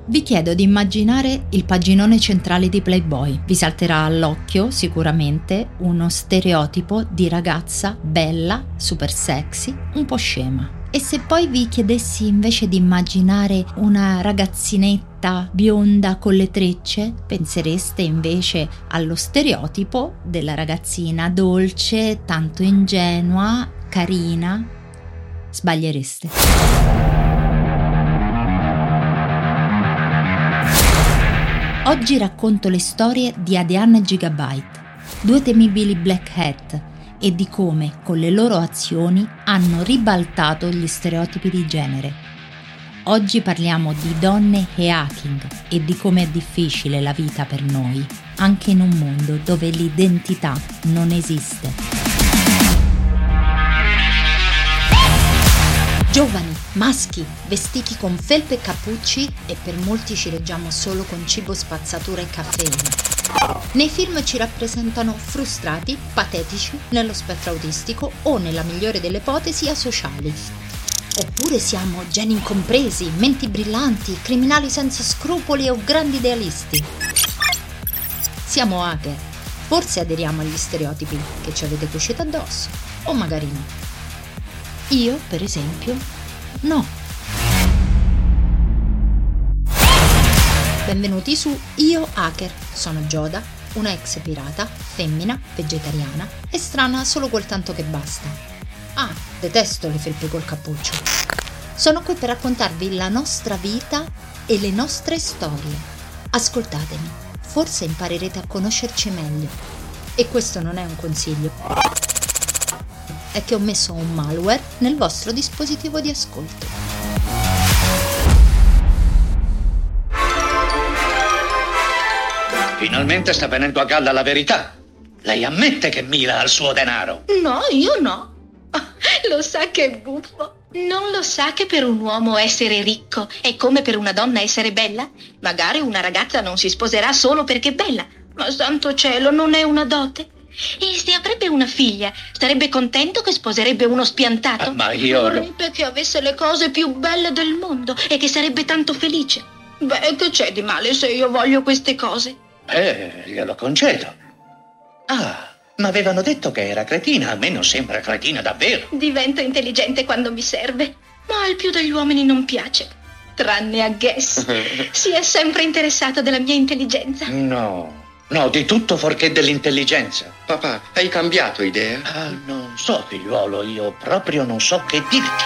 Vi chiedo di immaginare il paginone centrale di Playboy. Vi salterà all'occhio sicuramente uno stereotipo di ragazza bella, super sexy, un po' scema. E se poi vi chiedessi invece di immaginare una ragazzinetta bionda con le trecce, pensereste invece allo stereotipo della ragazzina dolce, tanto ingenua, carina? Sbagliereste. Oggi racconto le storie di Adean e Gigabyte, due temibili black hat, e di come, con le loro azioni, hanno ribaltato gli stereotipi di genere. Oggi parliamo di donne e hacking e di come è difficile la vita per noi, anche in un mondo dove l'identità non esiste. Giovani, maschi, vestiti con felpe e cappucci e per molti ci reggiamo solo con cibo, spazzatura e caffeina. Nei film ci rappresentano frustrati, patetici, nello spettro autistico o, nella migliore delle ipotesi, asociali. Oppure siamo geni incompresi, menti brillanti, criminali senza scrupoli o grandi idealisti. Siamo hacker. Forse aderiamo agli stereotipi che ci avete cucito addosso, o magari no. Io, per esempio, no. Benvenuti su Io Hacker. Sono Gioda, una ex pirata, femmina, vegetariana e strana solo quel tanto che basta. Ah, detesto le felpe col cappuccio. Sono qui per raccontarvi la nostra vita e le nostre storie. Ascoltatemi, forse imparerete a conoscerci meglio. E questo non è un consiglio. È che ho messo un malware nel vostro dispositivo di ascolto. Finalmente sta venendo a galla la verità. Lei ammette che mira al suo denaro. No, io no. Lo sa che è buffo. Non lo sa che per un uomo essere ricco è come per una donna essere bella? Magari una ragazza non si sposerà solo perché è bella, ma santo cielo, non è una dote. E se avrebbe una figlia, sarebbe contento che sposerebbe uno spiantato? Ma io... Vorrebbe che avesse le cose più belle del mondo e che sarebbe tanto felice. Beh, che c'è di male se io voglio queste cose? Glielo concedo. Ah, ma avevano detto che era cretina. A me non sembra cretina davvero. Divento intelligente quando mi serve, ma al più degli uomini non piace. Tranne a Guess. Si è sempre interessato della mia intelligenza. No, di tutto fuorché dell'intelligenza. Papà, hai cambiato idea? Non so, figliuolo, io proprio non so che dirti.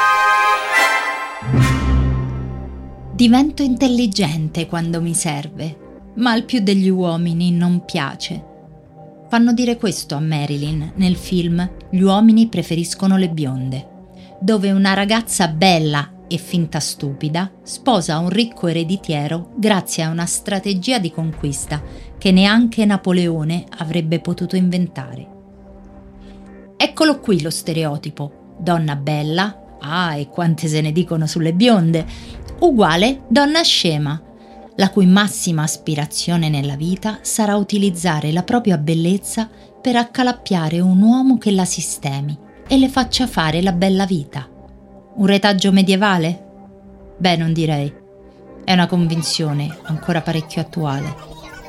Divento intelligente quando mi serve, ma al più degli uomini non piace. Fanno dire questo a Marilyn nel film Gli uomini preferiscono le bionde, dove una ragazza bella e finta stupida sposa un ricco ereditiero grazie a una strategia di conquista che neanche Napoleone avrebbe potuto inventare. Eccolo qui lo stereotipo: donna bella, e quante se ne dicono sulle bionde, uguale donna scema, la cui massima aspirazione nella vita sarà utilizzare la propria bellezza per accalappiare un uomo che la sistemi e le faccia fare la bella vita. Un retaggio medievale? Beh, non direi. È una convinzione ancora parecchio attuale.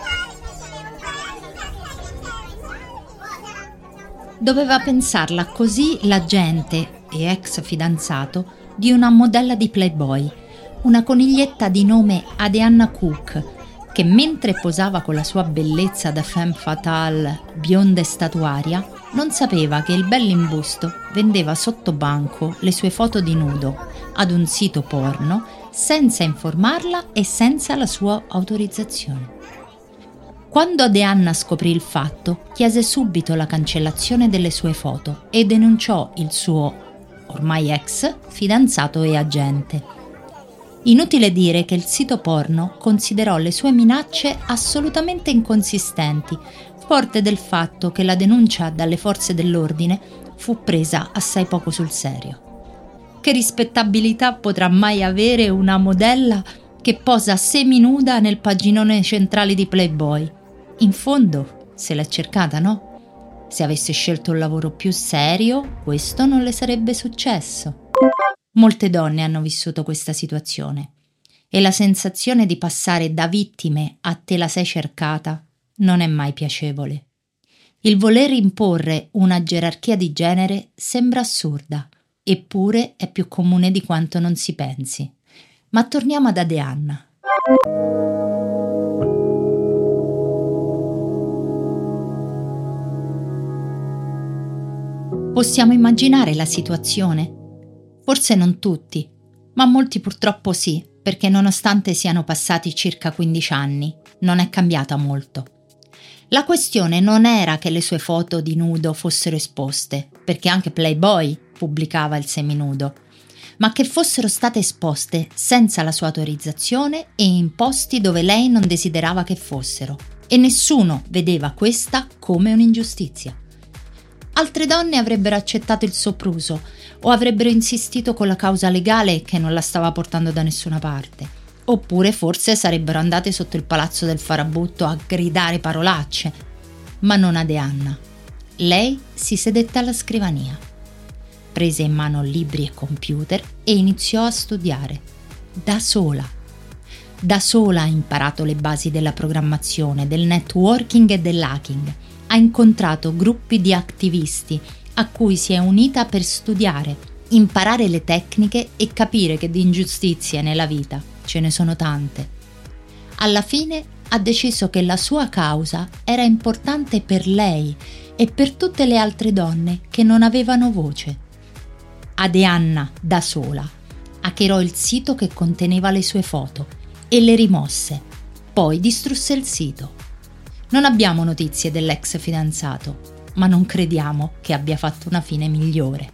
Doveva pensarla così l'agente e ex fidanzato di una modella di Playboy, una coniglietta di nome Adeanna Cook, che mentre posava con la sua bellezza da femme fatale, bionda e statuaria, non sapeva che il bell'imbusto vendeva sotto banco le sue foto di nudo ad un sito porno senza informarla e senza la sua autorizzazione. Quando Adeanna scoprì il fatto, chiese subito la cancellazione delle sue foto e denunciò il suo, ormai ex, fidanzato e agente. Inutile dire che il sito porno considerò le sue minacce assolutamente inconsistenti, forte del fatto che la denuncia dalle forze dell'ordine fu presa assai poco sul serio. Che rispettabilità potrà mai avere una modella che posa seminuda nel paginone centrale di Playboy? In fondo, se l'è cercata, no? Se avesse scelto un lavoro più serio, questo non le sarebbe successo. Molte donne hanno vissuto questa situazione e la sensazione di passare da vittime a te la sei cercata non è mai piacevole. Il voler imporre una gerarchia di genere sembra assurda, eppure è più comune di quanto non si pensi. Ma torniamo ad Adeanna. Possiamo immaginare la situazione? Forse non tutti, ma molti purtroppo sì, perché nonostante siano passati circa 15 anni, non è cambiata molto. La questione non era che le sue foto di nudo fossero esposte, perché anche Playboy pubblicava il seminudo, ma che fossero state esposte senza la sua autorizzazione e in posti dove lei non desiderava che fossero, e nessuno vedeva questa come un'ingiustizia. Altre donne avrebbero accettato il sopruso o avrebbero insistito con la causa legale che non la stava portando da nessuna parte. Oppure forse sarebbero andate sotto il palazzo del farabutto a gridare parolacce. Ma non Adeanna. Lei si sedette alla scrivania, prese in mano libri e computer e iniziò a studiare. Da sola. Da sola ha imparato le basi della programmazione, del networking e dell'hacking. Ha incontrato gruppi di attivisti a cui si è unita per studiare, imparare le tecniche e capire che di ingiustizie nella vita ce ne sono tante. Alla fine ha deciso che la sua causa era importante per lei e per tutte le altre donne che non avevano voce. Adeanna, da sola, hackerò il sito che conteneva le sue foto e le rimosse, poi distrusse il sito. Non abbiamo notizie dell'ex fidanzato, ma non crediamo che abbia fatto una fine migliore.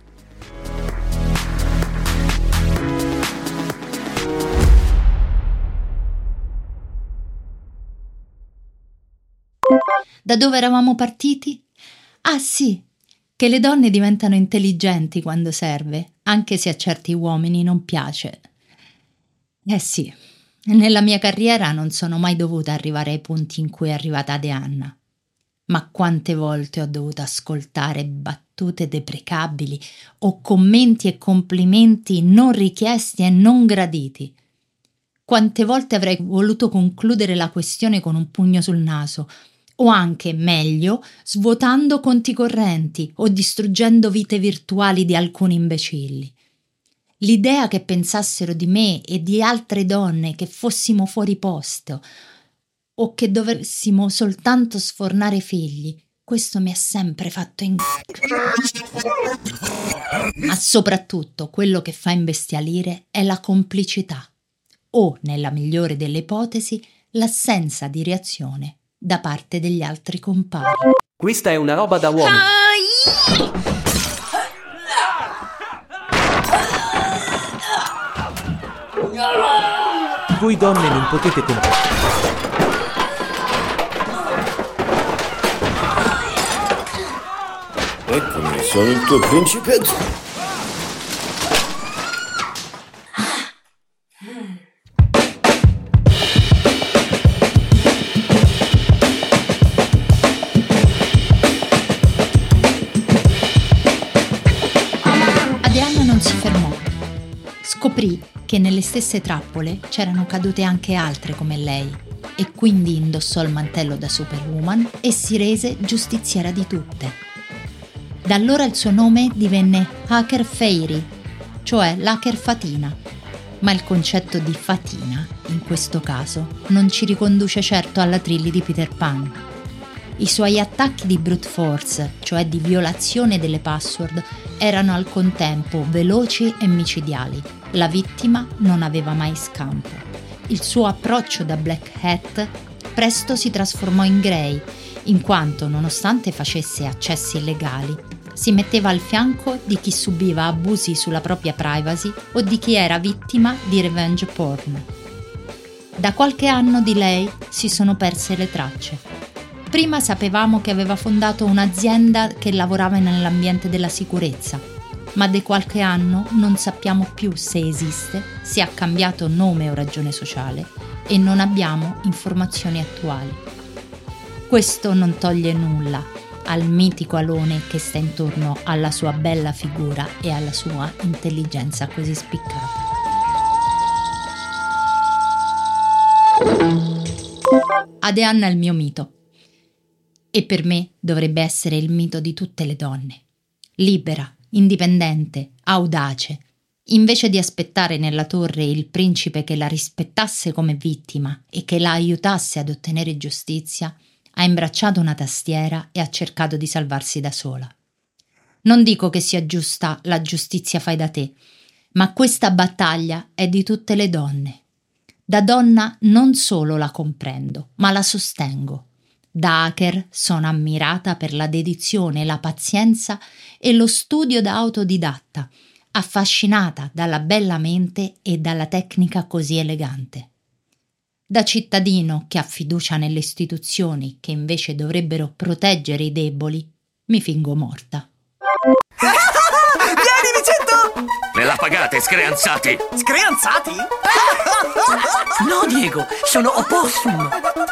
Da dove eravamo partiti? Ah sì, che le donne diventano intelligenti quando serve, anche se a certi uomini non piace. Sì, nella mia carriera non sono mai dovuta arrivare ai punti in cui è arrivata Adeanna. Ma quante volte ho dovuto ascoltare battute deprecabili o commenti e complimenti non richiesti e non graditi. Quante volte avrei voluto concludere la questione con un pugno sul naso, o anche, meglio, svuotando conti correnti o distruggendo vite virtuali di alcuni imbecilli. L'idea che pensassero di me e di altre donne che fossimo fuori posto o che dovessimo soltanto sfornare figli, questo mi ha sempre fatto Ma soprattutto quello che fa imbestialire è la complicità o, nella migliore delle ipotesi, l'assenza di reazione da parte degli altri compari. Questa è una roba da uomini. Voi donne non potete Eccomi, sono il tuo principetto. Adeanna non si fermò. Scoprì che nelle stesse trappole c'erano cadute anche altre come lei e quindi indossò il mantello da Superwoman e si rese giustiziera di tutte. Da allora il suo nome divenne Hacker Fairy, cioè l'hacker fatina, ma il concetto di fatina, in questo caso, non ci riconduce certo alla Trilly di Peter Pan. I suoi attacchi di brute force, cioè di violazione delle password, erano al contempo veloci e micidiali. La vittima non aveva mai scampo. Il suo approccio da Black Hat presto si trasformò in Grey, in quanto, nonostante facesse accessi illegali, si metteva al fianco di chi subiva abusi sulla propria privacy o di chi era vittima di revenge porn. Da qualche anno di lei si sono perse le tracce. Prima sapevamo che aveva fondato un'azienda che lavorava nell'ambiente della sicurezza, ma da qualche anno non sappiamo più se esiste, se ha cambiato nome o ragione sociale e non abbiamo informazioni attuali. Questo non toglie nulla al mitico alone che sta intorno alla sua bella figura e alla sua intelligenza così spiccata. Adeanna è il mio mito. E per me dovrebbe essere il mito di tutte le donne. Libera, indipendente, audace. Invece di aspettare nella torre il principe che la rispettasse come vittima e che la aiutasse ad ottenere giustizia, ha imbracciato una tastiera e ha cercato di salvarsi da sola. Non dico che sia giusta la giustizia fai da te, ma questa battaglia è di tutte le donne. Da donna non solo la comprendo, ma la sostengo. Da hacker sono ammirata per la dedizione, la pazienza e lo studio da autodidatta, affascinata dalla bella mente e dalla tecnica così elegante. Da cittadino che ha fiducia nelle istituzioni che invece dovrebbero proteggere i deboli, mi fingo morta. Vieni, Vicento! Me la pagate, screanzati! Screanzati? No, Diego, sono opossum.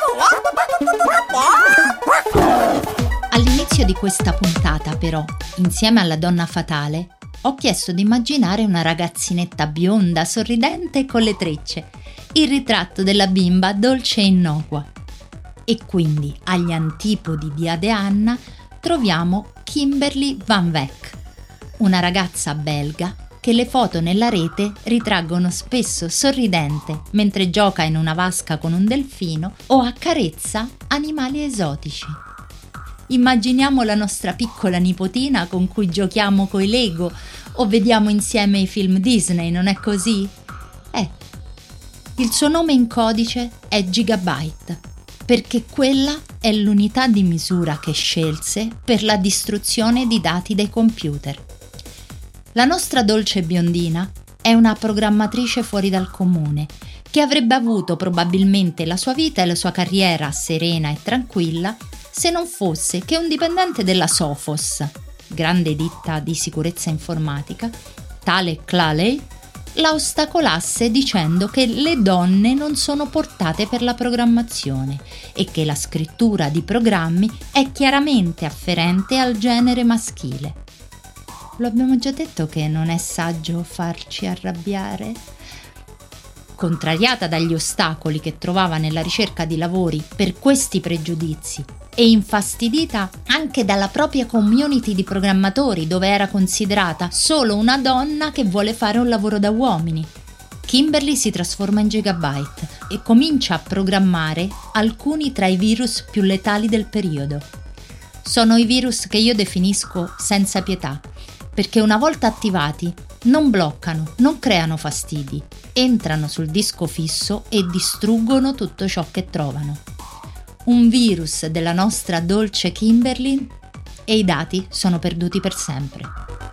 All'inizio di questa puntata, però, insieme alla donna fatale, ho chiesto di immaginare una ragazzinetta bionda, sorridente e con le trecce, il ritratto della bimba dolce e innocua. E quindi, agli antipodi di Adeanna, troviamo Kimberly Van Veck, una ragazza belga che le foto nella rete ritraggono spesso sorridente mentre gioca in una vasca con un delfino o accarezza animali esotici. Immaginiamo la nostra piccola nipotina con cui giochiamo coi Lego o vediamo insieme i film Disney, non è così? Il suo nome in codice è Gigabyte, perché quella è l'unità di misura che scelse per la distruzione di dati dei computer. La nostra dolce biondina è una programmatrice fuori dal comune, che avrebbe avuto probabilmente la sua vita e la sua carriera serena e tranquilla se non fosse che un dipendente della Sophos, grande ditta di sicurezza informatica, tale Claley, la ostacolasse dicendo che le donne non sono portate per la programmazione e che la scrittura di programmi è chiaramente afferente al genere maschile. Lo abbiamo già detto che non è saggio farci arrabbiare? Contrariata dagli ostacoli che trovava nella ricerca di lavori per questi pregiudizi e infastidita anche dalla propria community di programmatori dove era considerata solo una donna che vuole fare un lavoro da uomini, Kimberly si trasforma in Gigabyte e comincia a programmare alcuni tra i virus più letali del periodo. Sono i virus che io definisco senza pietà, perché una volta attivati non bloccano, non creano fastidi, entrano sul disco fisso e distruggono tutto ciò che trovano. Un virus della nostra dolce Kimberly e i dati sono perduti per sempre.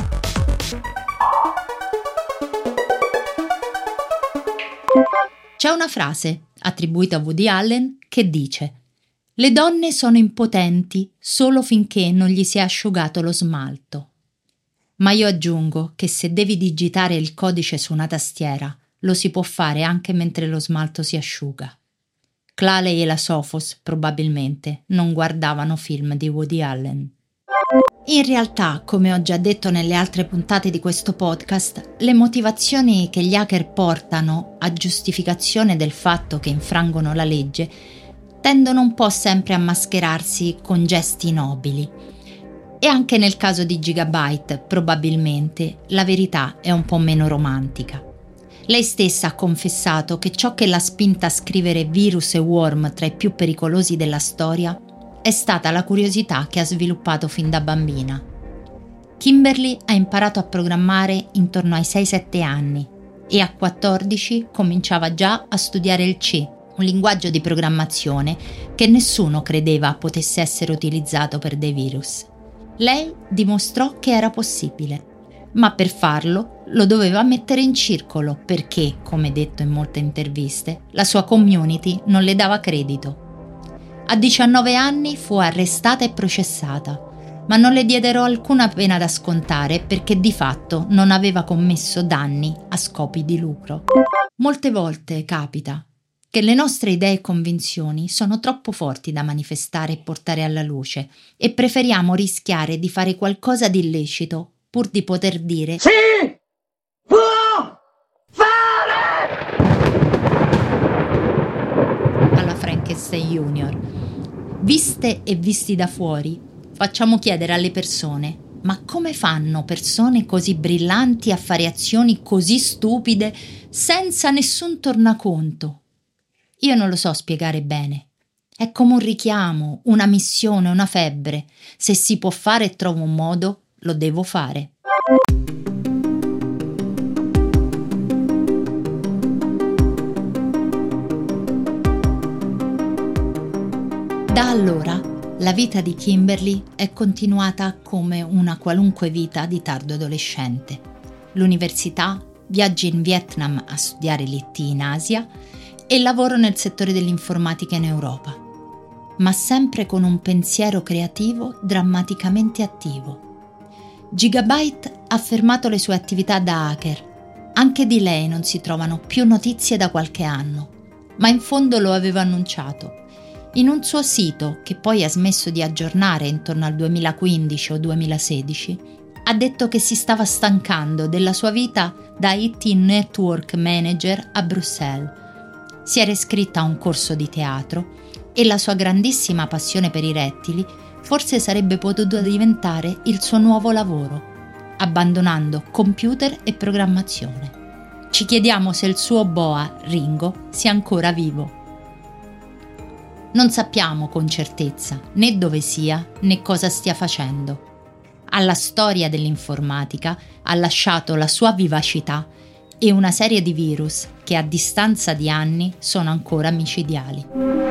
C'è una frase attribuita a Woody Allen che dice: «Le donne sono impotenti solo finché non gli si è asciugato lo smalto». Ma io aggiungo che se devi digitare il codice su una tastiera, lo si può fare anche mentre lo smalto si asciuga. Claley e la Sophos probabilmente non guardavano film di Woody Allen. In realtà, come ho già detto nelle altre puntate di questo podcast, le motivazioni che gli hacker portano a giustificazione del fatto che infrangono la legge tendono un po' sempre a mascherarsi con gesti nobili. E anche nel caso di Gigabyte, probabilmente, la verità è un po' meno romantica. Lei stessa ha confessato che ciò che l'ha spinta a scrivere Virus e Worm tra i più pericolosi della storia è stata la curiosità che ha sviluppato fin da bambina. Kimberly ha imparato a programmare intorno ai 6-7 anni e a 14 cominciava già a studiare il C, un linguaggio di programmazione che nessuno credeva potesse essere utilizzato per dei virus. Lei dimostrò che era possibile, ma per farlo lo doveva mettere in circolo perché, come detto in molte interviste, la sua community non le dava credito. A 19 anni fu arrestata e processata, ma non le diedero alcuna pena da scontare perché di fatto non aveva commesso danni a scopi di lucro. Molte volte capita che le nostre idee e convinzioni sono troppo forti da manifestare e portare alla luce e preferiamo rischiare di fare qualcosa di illecito pur di poter dire Sì! Può fare! alla Frankenstein. Einstein Jr. Viste e visti da fuori, facciamo chiedere alle persone: ma come fanno persone così brillanti a fare azioni così stupide senza nessun tornaconto? Io non lo so spiegare bene. È come un richiamo, una missione, una febbre. Se si può fare e trovo un modo, lo devo fare. Da allora, la vita di Kimberly è continuata come una qualunque vita di tardo adolescente. L'università, viaggi in Vietnam a studiare l'IT in Asia e lavoro nel settore dell'informatica in Europa, ma sempre con un pensiero creativo drammaticamente attivo. Gigabyte ha fermato le sue attività da hacker. Anche di lei non si trovano più notizie da qualche anno, ma in fondo lo aveva annunciato. In un suo sito, che poi ha smesso di aggiornare intorno al 2015 o 2016, ha detto che si stava stancando della sua vita da IT Network Manager a Bruxelles. Si era iscritta a un corso di teatro e la sua grandissima passione per i rettili forse sarebbe potuta diventare il suo nuovo lavoro, abbandonando computer e programmazione. Ci chiediamo se il suo boa, Ringo, sia ancora vivo. Non sappiamo con certezza né dove sia né cosa stia facendo. Alla storia dell'informatica ha lasciato la sua vivacità e una serie di virus che a distanza di anni sono ancora micidiali.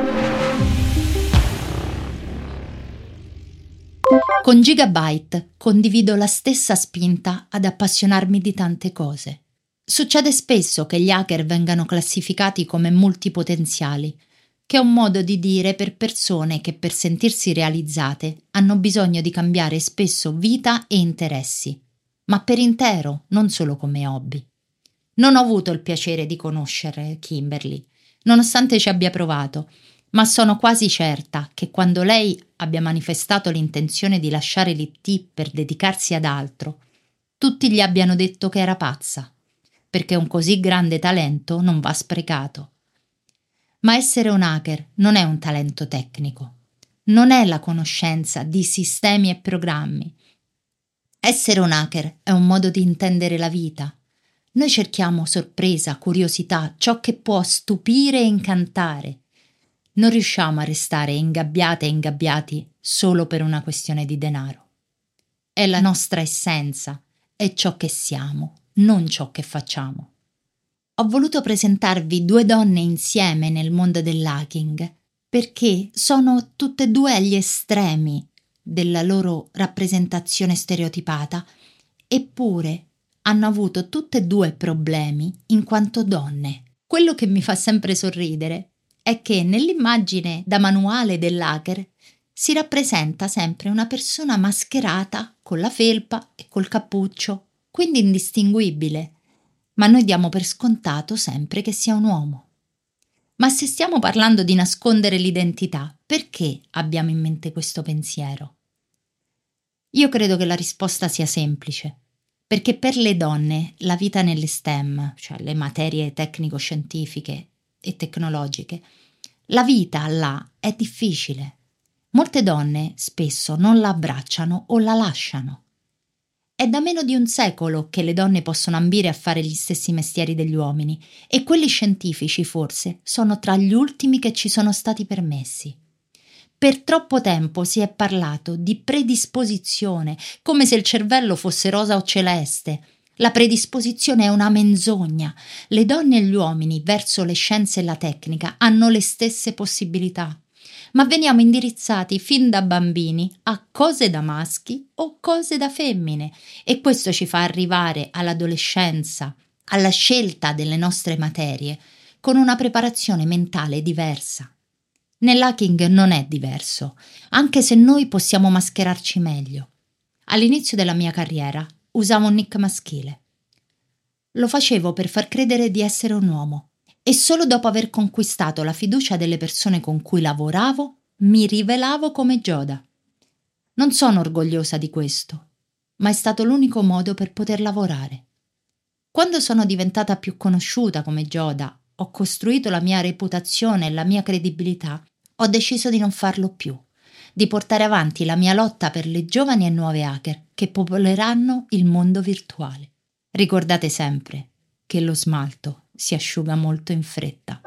Con Gigabyte condivido la stessa spinta ad appassionarmi di tante cose. Succede spesso che gli hacker vengano classificati come multipotenziali, che è un modo di dire per persone che per sentirsi realizzate hanno bisogno di cambiare spesso vita e interessi, ma per intero, non solo come hobby. Non ho avuto il piacere di conoscere Kimberly, nonostante ci abbia provato, ma sono quasi certa che quando lei abbia manifestato l'intenzione di lasciare l'IT per dedicarsi ad altro, tutti gli abbiano detto che era pazza, perché un così grande talento non va sprecato. Ma essere un hacker non è un talento tecnico, non è la conoscenza di sistemi e programmi. Essere un hacker è un modo di intendere la vita. Noi cerchiamo sorpresa, curiosità, ciò che può stupire e incantare. Non riusciamo a restare ingabbiate e ingabbiati solo per una questione di denaro. È la nostra essenza, è ciò che siamo, non ciò che facciamo. Ho voluto presentarvi due donne insieme nel mondo dell'hacking perché sono tutte e due agli estremi della loro rappresentazione stereotipata, eppure hanno avuto tutte e due problemi in quanto donne. Quello che mi fa sempre sorridere è che nell'immagine da manuale dell'hacker si rappresenta sempre una persona mascherata con la felpa e col cappuccio, quindi indistinguibile. Ma noi diamo per scontato sempre che sia un uomo. Ma se stiamo parlando di nascondere l'identità, perché abbiamo in mente questo pensiero? Io credo che la risposta sia semplice, perché per le donne la vita nelle STEM, cioè le materie tecnico-scientifiche e tecnologiche, la vita là è difficile. Molte donne spesso non la abbracciano o la lasciano. È da meno di un secolo che le donne possono ambire a fare gli stessi mestieri degli uomini e quelli scientifici forse sono tra gli ultimi che ci sono stati permessi. Per troppo tempo si è parlato di predisposizione, come se il cervello fosse rosa o celeste. La predisposizione è una menzogna. Le donne e gli uomini verso le scienze e la tecnica hanno le stesse possibilità. Ma veniamo indirizzati fin da bambini a cose da maschi o cose da femmine e questo ci fa arrivare all'adolescenza, alla scelta delle nostre materie, con una preparazione mentale diversa. Nell'hacking non è diverso, anche se noi possiamo mascherarci meglio. All'inizio della mia carriera usavo un nick maschile. Lo facevo per far credere di essere un uomo. E solo dopo aver conquistato la fiducia delle persone con cui lavoravo, mi rivelavo come Gioda. Non sono orgogliosa di questo, ma è stato l'unico modo per poter lavorare. Quando sono diventata più conosciuta come Gioda, ho costruito la mia reputazione e la mia credibilità, ho deciso di non farlo più, di portare avanti la mia lotta per le giovani e nuove hacker che popoleranno il mondo virtuale. Ricordate sempre che lo smalto si asciuga molto in fretta.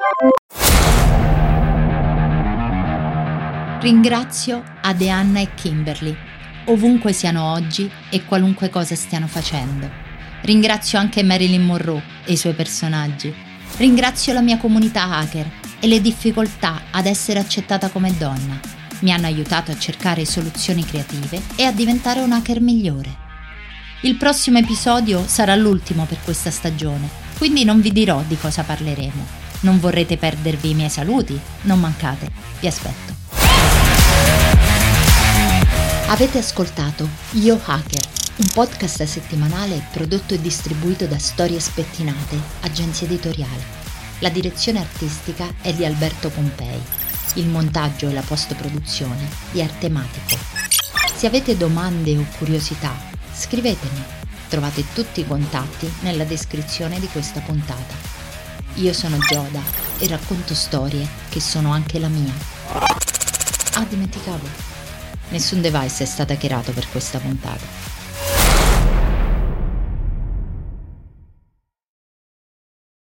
Ringrazio Adeanna e Kimberly, ovunque siano oggi e qualunque cosa stiano facendo. Ringrazio anche Marilyn Monroe e i suoi personaggi. Ringrazio la mia comunità hacker e le difficoltà ad essere accettata come donna. Mi hanno aiutato a cercare soluzioni creative e a diventare un hacker migliore. Il prossimo episodio sarà l'ultimo per questa stagione, quindi non vi dirò di cosa parleremo. Non vorrete perdervi i miei saluti? Non mancate, vi aspetto. Avete ascoltato Io Hacker, un podcast settimanale prodotto e distribuito da Storie Spettinate, agenzia editoriale. La direzione artistica è di Alberto Pompei, il montaggio e la post-produzione di Artematico. Se avete domande o curiosità, scrivetemi. Trovate tutti i contatti nella descrizione di questa puntata. Io sono Gioda e racconto storie che sono anche la mia. Ah, dimenticavo. Nessun device è stato hackerato per questa puntata.